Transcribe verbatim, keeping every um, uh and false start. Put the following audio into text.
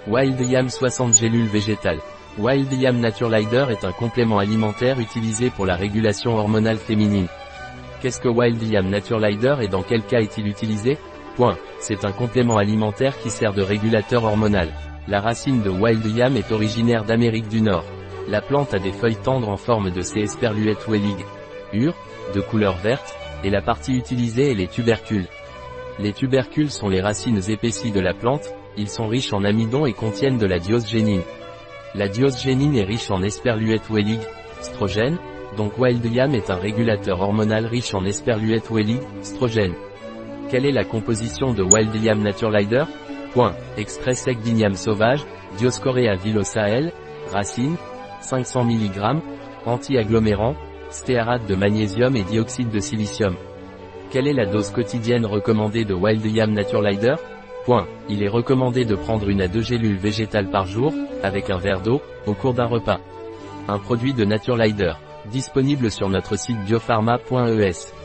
Wild Yam soixante gélules végétales. Wild Yam Naturelider est un complément alimentaire utilisé pour la régulation hormonale féminine. Qu'est-ce que Wild Yam Naturelider et dans quel cas est-il utilisé? Point. C'est un complément alimentaire qui sert de régulateur hormonal. La racine de Wild Yam est originaire d'Amérique du Nord. La plante a des feuilles tendres en forme de C. Esperluette wellig. Ur, de couleur verte, et la partie utilisée est les tubercules. Les tubercules sont les racines épaissies de la plante, ils sont riches en amidon et contiennent de la diosgénine. La diosgénine est riche en Esperluette wellig, strogène, donc Wild Yam est un régulateur hormonal riche en Esperluette wellig, strogène. Quelle est la composition de Wild Yam Naturelider? Point. Extrait sec d'igname sauvage, Dioscorea villosae, racine, cinq cents milligrammes, anti-agglomérant, stéarate de magnésium et dioxyde de silicium. Quelle est la dose quotidienne recommandée de Wild Yam Naturelider? Point. Il est recommandé de prendre une à deux gélules végétales par jour, avec un verre d'eau, au cours d'un repas. Un produit de Naturelider. Disponible sur notre site biopharma point e s.